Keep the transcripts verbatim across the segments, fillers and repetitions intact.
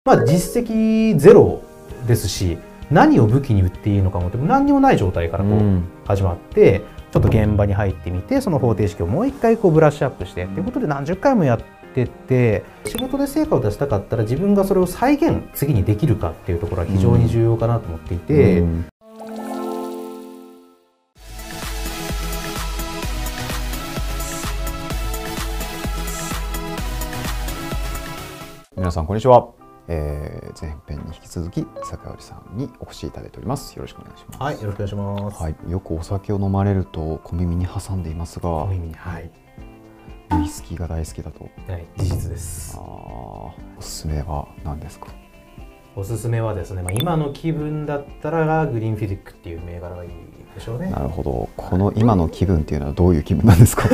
まあ実績ゼロですし、何を武器に売っていいのかも何にもない状態からこう始まって、ちょっと現場に入ってみて、その方程式をもう一回こうブラッシュアップしてっていうことで何十回もやってて、仕事で成果を出したかったら自分がそれを再現次にできるかっていうところは非常に重要かなと思っていて。うんうん皆さんこんにちは。えー、前編に引き続き坂織さんにお越しいただいております。よろしくお願いします。 はい、よろしくお願いします。 はい、よくお酒を飲まれると小耳に挟んでいますが、 小耳に、はい、 ウイスキーが大好きだと。 はい、事実です。 あー、おすすめは何ですか？ おすすめはですね、まあ、今の気分だったらグリーンフィディックっていう銘柄がいいでしょうね。 なるほど。この今の気分っていうのはどういう気分なんですか？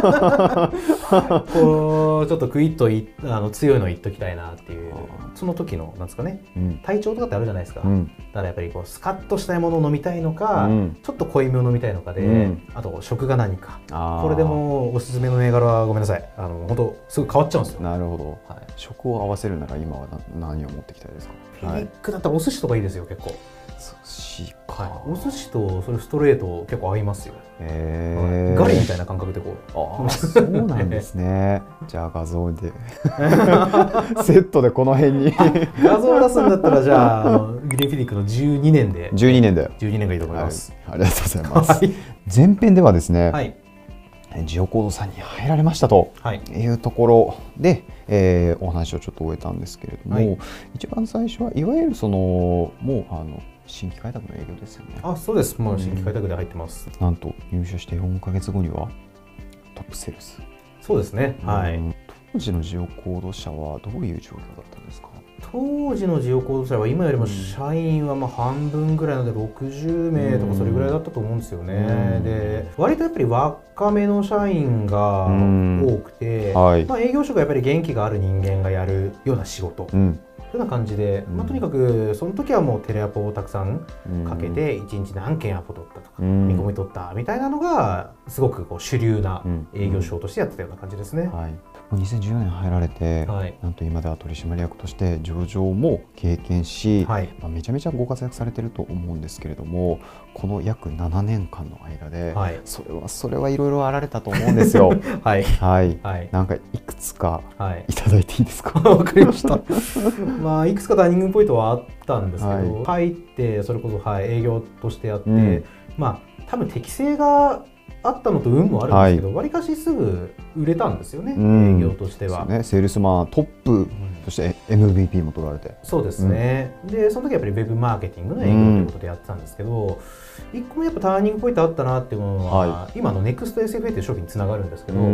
こうちょっとクイッといあの強いの言っときたいなっていう、その時のなんですかね、うん、体調とかってあるじゃないですか、うん、だからやっぱりこうスカッとしたいものを飲みたいのか、うん、ちょっと濃いめを飲みたいのかで、うん、あと食が何か、これでもおすすめの銘柄はごめんなさい、あの本当すぐ変わっちゃうんですよ。 なるほど、はい、食を合わせるなら今は何を持ってきたいですか？ フィディックだったらお寿司とかいいですよ、結構。 寿司か、 はい、お寿司とそれストレート結構合いますよ。 へー、 ガリみたいな感覚でこう。ああ、そうなんですね。じゃあ画像でセットでこの辺に画像を出すんだったら、じゃあ、あのグリーンフィディックのじゅうにねんでじゅうにねんでじゅうにねんがいいと思います。 はい、ありがとうございます。はい、前編ではですね、はい、ジオコードさんに入られましたというところで、えー、お話をちょっと終えたんですけれども、はい、一番最初はいわゆるそのもうあの新規開拓の営業ですよね。 あ、そうです。もう新規開拓で入ってます。 うん、なんと入社してよんかげつごにはトップセールス。 そうですね。はい。 当時のジオコード社はどういう状況だったんですか？ 当時のジオコード社は今よりも社員はまあ半分ぐらいなのでろくじゅうめいとかそれぐらいだったと思うんですよね。うん、で割とやっぱり若めの社員が多くて、はい、まあ営業職がやっぱり元気がある人間がやるような仕事。うん、というような感じで、まあ、とにかくその時はもうテレアポをたくさんかけていちにち何件アポ取ったとか見込み取ったみたいなのがすごくこう主流な営業手法としてやってたような感じですね。はい、 にせんじゅうよねん入られて、はい、なんと今では取締役として上場も経験し、はい、まあめちゃめちゃご活躍されてると思うんですけれども、この約ななねんかんの間で、はい、それはそれはいろいろあられたと思うんですよ。はい、はい、はい、なんかいくつかいただいていいですか？ わ、はい、かりました。まあいくつかターニングポイントはあったんですけど、はい、入ってそれこそ、はい、営業としてやって、うん、まあ多分適性があったのと運もあるんですけど、わり、はい、かしすぐ売れたんですよね、うん、営業としては。 ね、セールスマントップ、うん、そして エムブイピー も取られて。 そうですね、うん、でその時はやっぱりウェブマーケティングの営業ということでやってたんですけど、うん、いっこもやっぱターニングポイントあったなっていうものは、はい、今の ネクストエスエフエー という商品につながるんですけど、うん、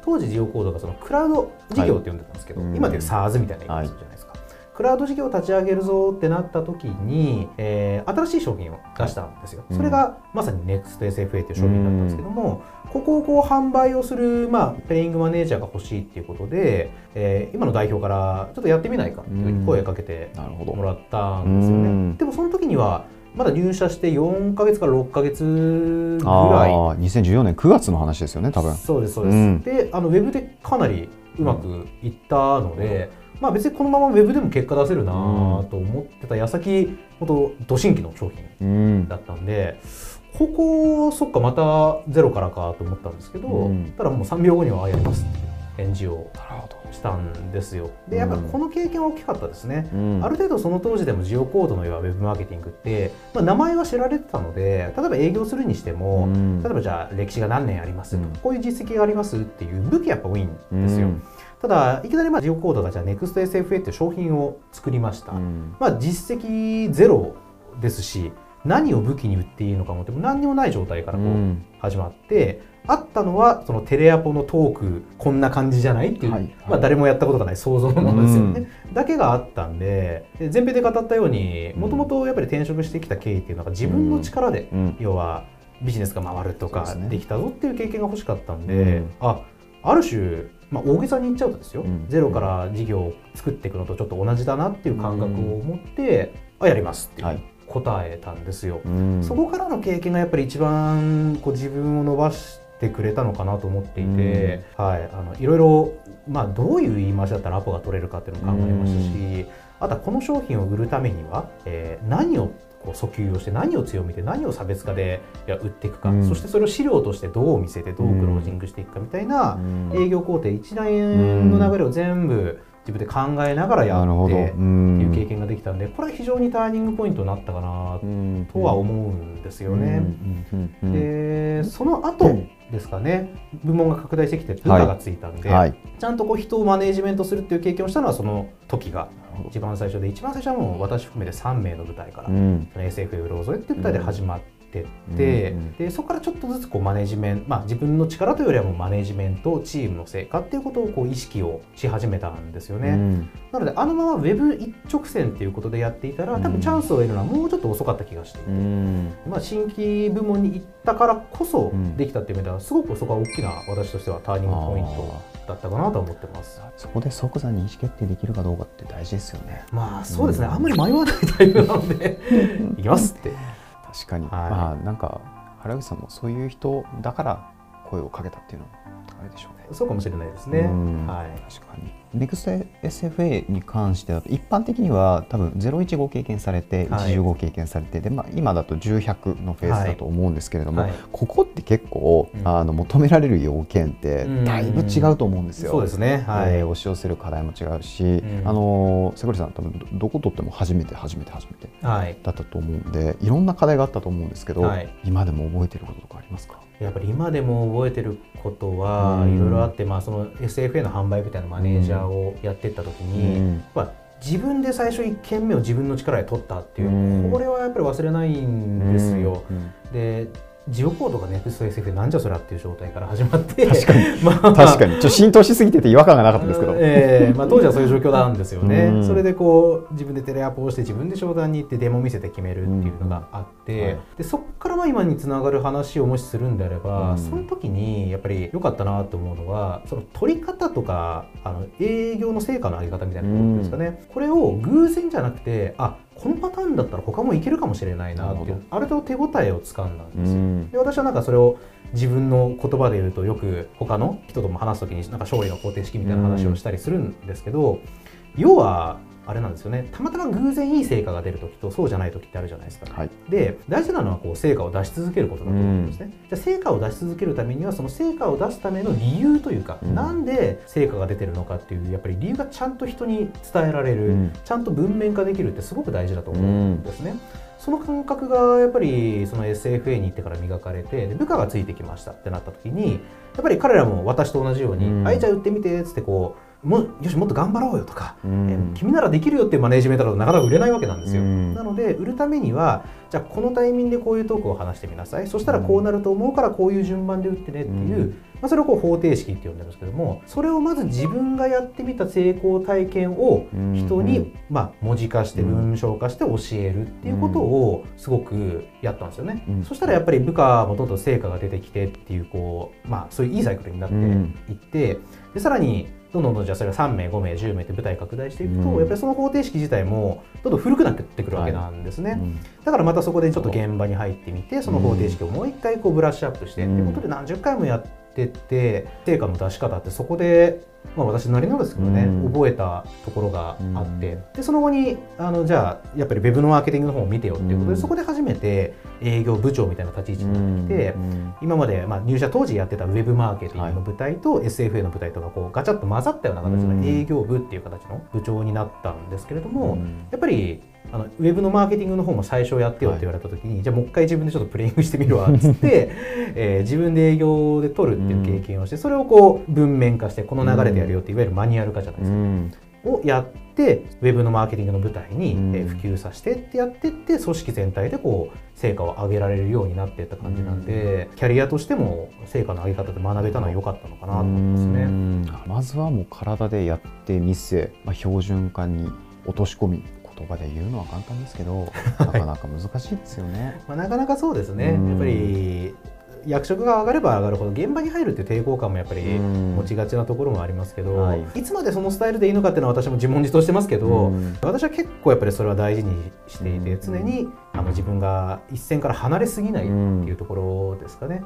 当時ジオコードがそのクラウド事業って呼んでたんですけど、はい、今でいう サーズ みたいな言い方するじゃないですか。はい、クラウド事業を立ち上げるぞってなった時に、えー、新しい商品を出したんですよ。それがまさに ネクストエスエフエー という商品だったんですけども、ここをこう販売をする、まあ、ペイングマネージャーが欲しいっていうことで、えー、今の代表からちょっとやってみないかっていうふうに声をかけてもらったんですよね。でもその時にはまだ入社してよんかげつからろっかげつぐらい。 あ、にせんじゅうよねんくがつの話ですよね、多分。 そうですそうです。うん、で、あのウェブでかなりうまくいったので、うん、まあ別にこのままウェブでも結果出せるなと思ってた矢先、本当ド新規の商品だったんで、うん、ここそっかまたゼロからかと思ったんですけど、うん、ただもうさんびょうごにはやりますっていう返事をしたんですよ。でやっぱりこの経験は大きかったですね。うん、ある程度その当時でもジオコードのようなウェブマーケティングって、まあ、名前は知られてたので、例えば営業するにしても、うん、例えばじゃあ歴史が何年ありますとか、うん、こういう実績がありますっていう武器やっぱ多いんですよ。うん、ただいきなりまあジオコードがじゃあ ネクストエスエフエー っていう商品を作りました。うん、まあ実績ゼロですし、何を武器に売っていいのかも何にもない状態からこう始まって、うん、あったのはそのテレアポのトークこんな感じじゃないっていう、はいはい、まあ誰もやったことがない想像のものですよね、うん、だけがあったんで、前編で語ったようにもともとやっぱり転職してきた経緯っていうのが自分の力で、うん、要はビジネスが回るとかできたぞっていう経験が欲しかったんで、うん、あある種、まあ、大げさに言っちゃうとですよ、うん、ゼロから事業を作っていくのとちょっと同じだなっていう感覚を持って、うん、あやりますっていう。はい、答えたんですよ。うん、そこからの経験がやっぱり一番こう自分を伸ばしてくれたのかなと思っていて、うん、はい、あのいろいろ、まあ、どういう言い回しだったらアポが取れるかっていうのを考えましたし、 あとはこの商品を売るためには、えー、何をこう訴求をして何を強みで何を差別化で売っていくか、うん、そしてそれを資料としてどう見せてどうクロージングしていくかみたいな営業工程一連の流れを全部自分で考えながらやってっていう経験ができたんで、これは非常にターニングポイントになったかなとは思うんですよね。でその後ですかね、部門が拡大してきて部下がついたんで、はいはい、ちゃんとこう人をマネージメントするっていう経験をしたのはその時が一番最初で、一番最初はもう私含めてさんめいの部隊から、うん、エスエフエー ローゾエっていう部隊で始まってってって、うんうん、でそこからちょっとずつこうマネジメント、まあ、自分の力というよりはもうマネジメントチームの成果っていうことをこう意識をし始めたんですよね、うん、なのであのままウェブ一直線っていうことでやっていたら多分チャンスを得るのはもうちょっと遅かった気がしていて、うん、まあ、新規部門に行ったからこそできたっていう意味ではすごくそこは大きな私としてはターニングポイントだったかなと思ってます。 そこで即座に意思決定できるかどうかって大事ですよね。 まあそうですね、うん、あんまり迷わないタイプなので行きますって確かに、はい、まあなんか原口さんもそういう人だから声をかけたっていうのはあれでしょうね。 そうかもしれないですね。 はい、確かに。ネクスト エスエフエー に関してだと一般的には多分ゼロいちご経験されて、はい、いちじゅうご経験されてで、まあ、今だとじゅうひゃくのフェーズだと思うんですけれども、はいはい、ここって結構、うん、あの求められる要件ってだいぶ違うと思うんですよ。 そうですね、はい、 えー、押し寄せる課題も違うし、うん、あの瀬堀さん多分どこ取っても初めて初めて初めてだったと思うんで、はい、いろんな課題があったと思うんですけど、はい、今でも覚えてることとかありますか？ やっぱり今でも覚えてることはいろいろあって、まあ、その エスエフエー の販売部隊のマネージャーをやっていった時に、うん、やっぱ自分で最初いっけんめを自分の力で取ったっていう、うん、これはやっぱり忘れないんですよ。うん、でジオコードがネクスト エスエフエー なんじゃそりゃっていう状態から始まって確かに、まあ、確かにちょっと浸透しすぎてて違和感がなかったんですけど、 えーまあ、当時はそういう状況なんですよね。うん、それでこう自分でテレアポをして自分で商談に行ってデモ見せて決めるっていうのがあって、うん、はい、でそこからまあ今につながる話をもしするんであれば、うん、その時にやっぱり良かったなと思うのはその取り方とかあの営業の成果の上げ方みたいなことですかね、うん、これを偶然じゃなくてあこのパターンだったら他もいけるかもしれないなっていうある程度手応えをつかんだんですよ。うん、で私はなんかそれを自分の言葉で言うとよく他の人とも話す時になんか勝利の方程式みたいな話をしたりするんですけど、うん、要はあれなんですよね、たまたま偶然いい成果が出る時とそうじゃない時ってあるじゃないですか、はい、で大事なのはこう成果を出し続けることだと思うんですね。うん、じゃあ成果を出し続けるためにはその成果を出すための理由というか、うん、なんで成果が出てるのかっていうやっぱり理由がちゃんと人に伝えられる、うん、ちゃんと文面化できるってすごく大事だと思うんですね。うん、その感覚がやっぱりその エスエフエー に行ってから磨かれてで部下がついてきましたってなった時にやっぱり彼らも私と同じように「はい、じゃあ売ってみて」っつってこうもよしもっと頑張ろうよとか、うん、え君ならできるよっていうマネージメントだとなかなか売れないわけなんですよ。うん、なので売るためにはじゃあこのタイミングでこういうトークを話してみなさい、そしたらこうなると思うからこういう順番で売ってねっていう、うん、まあ、それをこう方程式って呼んでるんですけども、それをまず自分がやってみた成功体験を人にまあ文字化して文章化して教えるっていうことをすごくやったんですよね。うん、そしたらやっぱり部下もどんどん成果が出てきてっていうこう、まあ、そういういいサイクルになっていって、でさらにどんどんどんじゃあそれがさんめいごめいじゅうめいって部隊拡大していくと、うん、やっぱりその方程式自体もどんどん古くなってくるわけなんですね。はい、うん、だからまたそこでちょっと現場に入ってみてその方程式をもう一回こうブラッシュアップしてっていうことで何十回もやってって成果の出し方ってそこで、まあ、私なりのですけどね、うん、覚えたところがあって、うん、でその後にあのじゃあやっぱりウェブのマーケティングの方を見てよっていうことで、うん、そこで初めて営業部長みたいな立ち位置になってきて、うん、今まで、まあ、入社当時やってたウェブマーケティングの部隊と エスエフエー の部隊とかこうガチャッと混ざったような形の営業部っていう形の部長になったんですけれども、うん、やっぱりあのウェブのマーケティングの方も最初やってよって言われた時に、はい、じゃあもう一回自分でちょっとプレイングしてみるわっつって、えー、自分で営業で取るっていう経験をして、それをこう文面化してこの流れでやるよっていわゆるマニュアル化じゃないですか、うん、をやってウェブのマーケティングの舞台に、うん、えー、普及させてってやってって組織全体でこう成果を上げられるようになっていった感じなんで、うん、キャリアとしても成果の上げ方で学べたのは良かったのかなと思いますね。うん、 まずはもう体でやってみせ、まあ、標準化に落とし込み言葉で言うのは簡単ですけどなかなか難しいですよね。 まあなかなかそうですね。やっぱり役職が上がれば上がるほど現場に入るっていう抵抗感もやっぱり持ちがちなところもありますけど、はい、いつまでそのスタイルでいいのかっていうのは私も自問自答してますけど、私は結構やっぱりそれは大事にしていて常にあの自分が一線から離れすぎないっていうところですかね。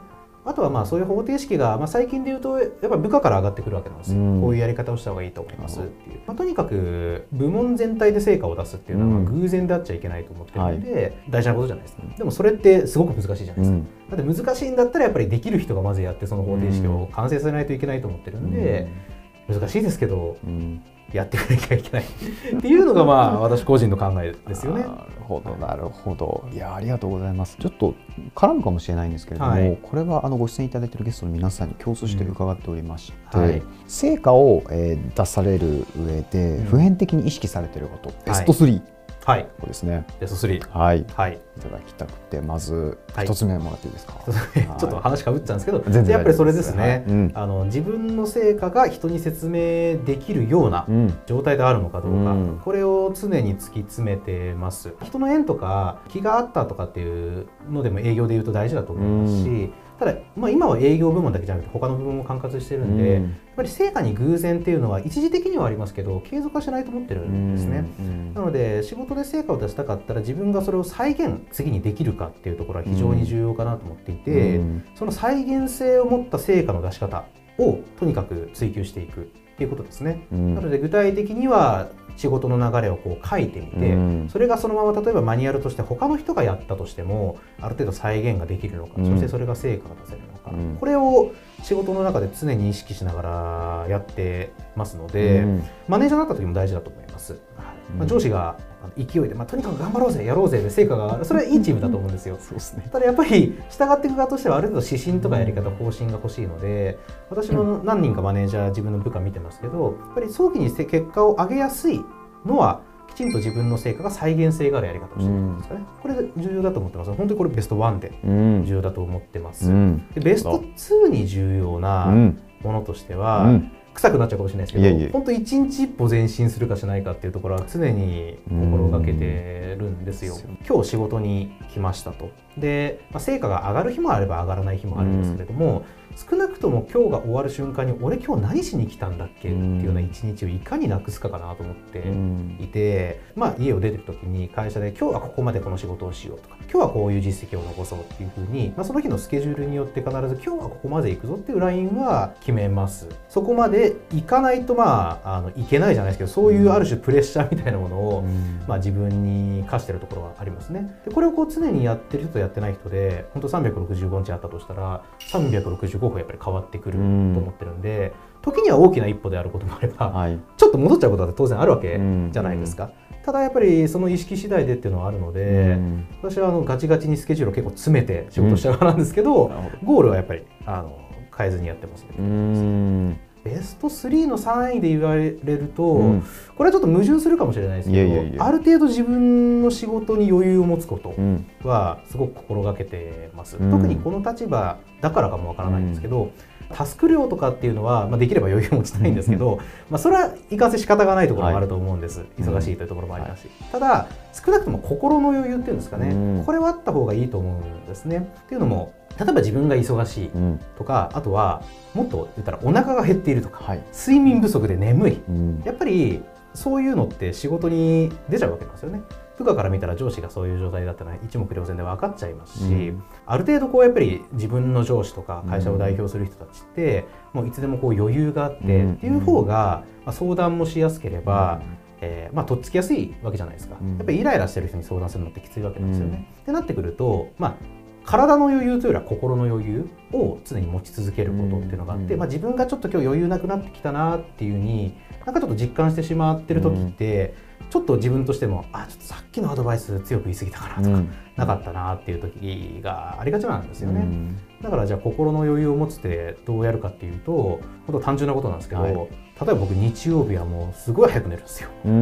あとはまあそういう方程式が、まあ、最近でいうとやっぱ部下から上がってくるわけなんですよ、うん、こういうやり方をした方がいいと思いますっていう、まあ、とにかく部門全体で成果を出すっていうのはまあ偶然であっちゃいけないと思ってるので、はい、大事なことじゃないですか。でもそれってすごく難しいじゃないですか、うん、だって難しいんだったらやっぱりできる人がまずやってその方程式を完成させないといけないと思ってるんで、うん、難しいですけど、うん、やっていかなきゃいけないっていうのがまあ私個人の考えですよね。 なるほどなるほど。いやありがとうございます。ちょっと絡むかもしれないんですけれども、はい、これはあのご出演いただいているゲストの皆さんに共通して伺っておりまして、うんはい、成果を、えー、出される上で普遍的に意識されていること、うん、ベストスリー、はい、そうですね。 ベストスリー、 はい、はい、いただきたくて、まず一つ目もらっていいですか。 はい、ちょっと話かぶっちゃうんですけど、全然やっぱりそれですね。はい、うん、あの自分の成果が人に説明できるような状態であるのかどうか、うん、これを常に突き詰めてます。人の縁とか気があったとかっていうのでも営業でいうと大事だと思いますし。うん、ただ、まあ、今は営業部門だけじゃなくて他の部門も管轄してるんで、うん、やっぱり成果に偶然っていうのは一時的にはありますけど継続はしないと思ってるんですね、うん、なので仕事で成果を出したかったら自分がそれを再現次にできるかっていうところは非常に重要かなと思っていて、うん、その再現性を持った成果の出し方をとにかく追求していくっていうことですね、うん、なので具体的には仕事の流れをこう書いてみて、うん、それがそのまま例えばマニュアルとして他の人がやったとしてもある程度再現ができるのか、うん、そしてそれが成果が出せるのか、うん、これを仕事の中で常に意識しながらやってますので、うん、マネージャーになった時も大事だと思います、はい。まあ、上司が勢いで、まあ、とにかく頑張ろうぜやろうぜで成果が上がる、それはいいチームだと思うんですよ。そうですね。ただやっぱり従っていく側としてはある程度指針とかやり方方針が欲しいので、私も何人かマネージャー自分の部下見てますけど、やっぱり早期に結果を上げやすいのはきちんと自分の成果が再現性があるやり方をしてるんですかね、うん、これ重要だと思ってます。本当にこれベストワンで重要だと思ってます、うん、でベストツーに重要なものとしては、うん、臭くなっちゃうかもしれないですけど、いやいや本当一日一歩前進するかしないかっていうところは常に心がけてるんですよ。今日仕事に来ましたと。で、まあ、成果が上がる日もあれば上がらない日もあるんですけれども、少なくとも今日が終わる瞬間に俺今日何しに来たんだっけっていうような一日をいかになくすかかなと思っていて、まあ家を出てる時に会社で今日はここまでこの仕事をしようとか今日はこういう実績を残そうっていうふうに、まあ、その日のスケジュールによって必ず今日はここまで行くぞっていうラインは決めます。そこまで行かないとまあ、あのいけないじゃないですけど、そういうある種プレッシャーみたいなものを、まあ、自分に課してるところはありますね。でこれをこう常にやってる人とやってない人で本当さんびゃくろくじゅうごにちあったとしたらさんびゃくろくじゅうごほんやっぱり変わってくると思ってるんで、時には大きな一歩であることもあれば、はい、ちょっと戻っちゃうことだって当然あるわけじゃないですか。ただやっぱりその意識次第でっていうのはあるので、私はあのガチガチにスケジュールを結構詰めて仕事しちゃう側なんですけど、ゴールはやっぱりあの変えずにやってますね。ベストスリーのさんいで言われると、うん、これはちょっと矛盾するかもしれないですけど、いやいやいやある程度自分の仕事に余裕を持つことはすごく心がけてます、うん、特にこの立場だからかもわからないんですけど、うん、タスク量とかっていうのは、まあ、できれば余裕を持ちたいんですけど、まあそれはいかんせん仕方がないところもあると思うんです、はい、忙しいというところもありますし、うん、ただ少なくとも心の余裕っていうんですかね、うん、これはあった方がいいと思うんですね。っていうのも例えば自分が忙しいとか、うん、あとはもっと言ったらお腹が減っているとか、はい、睡眠不足で眠い、うん、やっぱりそういうのって仕事に出ちゃうわけなんですよね。部下から見たら上司がそういう状態だったのは一目瞭然で分かっちゃいますし、うん、ある程度こうやっぱり自分の上司とか会社を代表する人たちって、うん、もういつでもこう余裕があって、うん、っていう方が、まあ、相談もしやすければ、うんえーまあ、とっつきやすいわけじゃないですか、うん、やっぱりイライラしてる人に相談するのってきついわけなんですよね。うん、ってなってくると、まあ体の余裕というよりは心の余裕を常に持ち続けることっていうのがあって、うんまあ、自分がちょっと今日余裕なくなってきたなっていう風になんかちょっと実感してしまってる時って、うん、ちょっと自分としてもあちょっとさっきのアドバイス強く言い過ぎたかなとか、うん、なかったなっていう時がありがちなんですよね。うん、だからじゃあ心の余裕を持つってどうやるかっていうと本当単純なことなんですけど、はい、例えば僕日曜日はもうすごい早く寝るんですよ。うん、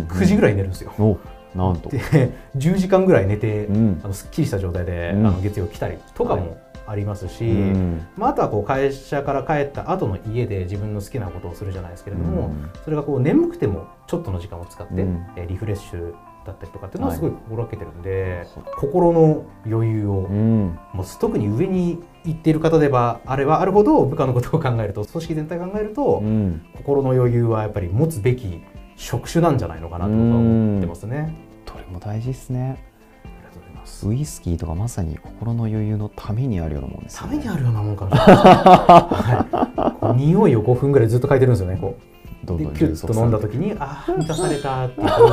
くじぐらい寝るんですよ。うんなんとでじゅうじかんぐらい寝て、うん、あのすっきりした状態で、うん、あの月曜来たりとかもありますし、はいうんまあ、あとはこう会社から帰った後の家で自分の好きなことをするじゃないですけれども、うん、それがこう眠くてもちょっとの時間を使って、うん、えリフレッシュだったりとかっていうのはすごい心がけてるんで、はい、心の余裕を、うん、もう特に上に行っている方ではあればあるほど部下のことを考えると組織全体を考えると、うん、心の余裕はやっぱり持つべき職種なんじゃないのかなと僕は思ってますね。 どれも大事ですね。 ありがとうございまます。 ウイスキーとかまさに心の余裕のためにあるようなもんですよね。 ためにあるようなもんかもしれないです、はい、匂いをごふんぐらいずっと嗅いでるんですよね。こうどんどんキュッと飲んだ時にああ満たされたっていう感じ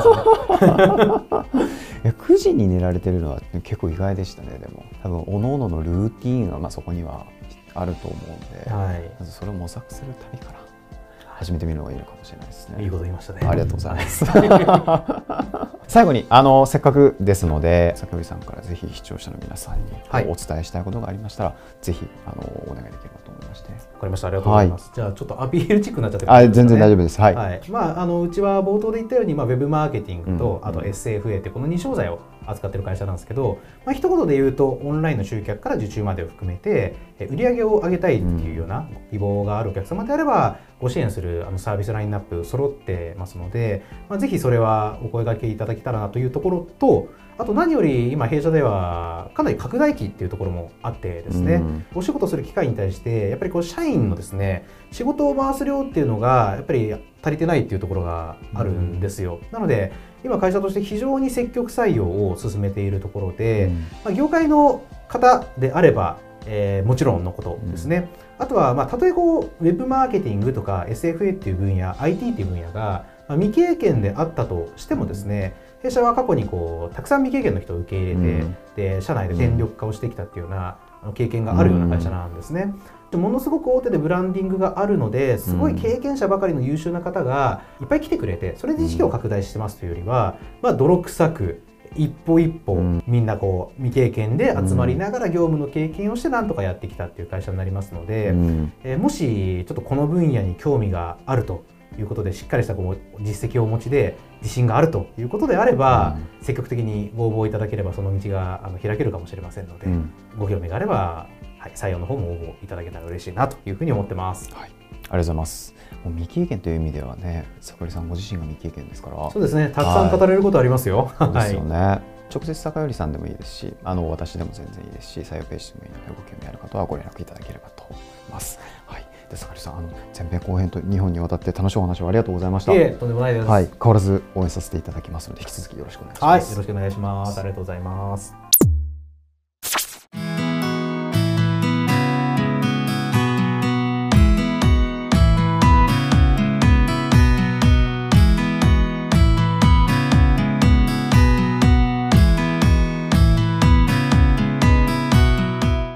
ですね。 くじに寝られてるのは結構意外でしたね。でも多分おのおののルーティーンがまあそこにはあると思うんで、はい、まずそれを模索する旅から始めてみるのがいいのかもしれないですね。 いいこと言いましたね。 ありがとうございます。最後にあのせっかくですので坂寄さんからぜひ視聴者の皆さんにお伝えしたいことがありましたら、はい、ぜひあのお願いできればと思いまして。 わかりました。ありがとうございます。はい、じゃあちょっとアピールチックになっちゃって、 ね、あ全然大丈夫です。はい。 はい、まああのうちは冒頭で言ったようにまあウェブマーケティングと、うん、あと エスエフエー ってこのに商材を扱っている会社なんですけど、まあ一言で言うとオンラインの集客から受注までを含めて売り上げを上げたいっていうような希望があるお客様であればご支援するあのサービスラインナップ揃ってますので、まあ、ぜひそれはお声掛けいただけたらなというところと、あと何より今弊社ではかなり拡大期っていうところもあってですね、うん、お仕事する機会に対してやっぱりこう社員のですね仕事を回す量っていうのがやっぱり足りてないっていうところがあるんですよ。うん、なので今会社として非常に積極採用を進めているところで、うん、まあ、業界の方であれば、えー、もちろんのことですね。うん、あとはまあたとえこうウェブマーケティングとか エスエフエー っていう分野 アイティー っていう分野が、まあ、未経験であったとしてもですね、弊社は過去にこうたくさん未経験の人を受け入れて、うん、で社内で戦力化をしてきたっていうような経験があるような会社なんですね。でものすごく大手でブランディングがあるのですごい経験者ばかりの優秀な方がいっぱい来てくれて、それで事業を拡大してますというよりは、まあ、泥臭く一歩一歩みんなこう未経験で集まりながら業務の経験をしてなんとかやってきたっていう会社になりますので、えー、もしちょっとこの分野に興味があるということでしっかりしたこう実績をお持ちで自信があるということであれば、うん、積極的にご応募いただければその道があの開けるかもしれませんので、うん、ご興味があれば、はい、採用の方も応募いただけたら嬉しいなというふうに思ってます。 はい、ありがとうございます。もう未経験という意味ではね、坂寄さんご自身が未経験ですから。 そうですね、たくさん語れることありますよ。 はい、そうですよね。はい、直接坂寄さんでもいいですし、あの私でも全然いいですし、採用ページでもいいのでご興味ある方はご連絡いただければと思います。はい、で坂寄さん、あの前編後編とにほんにわたって楽しいお話をありがとうございました。 いえ、とんでもないです。 はい、変わらず応援させていただきますので引き続きよろしくお願いします。 はい、よろしくお願いします。ありがとうございます。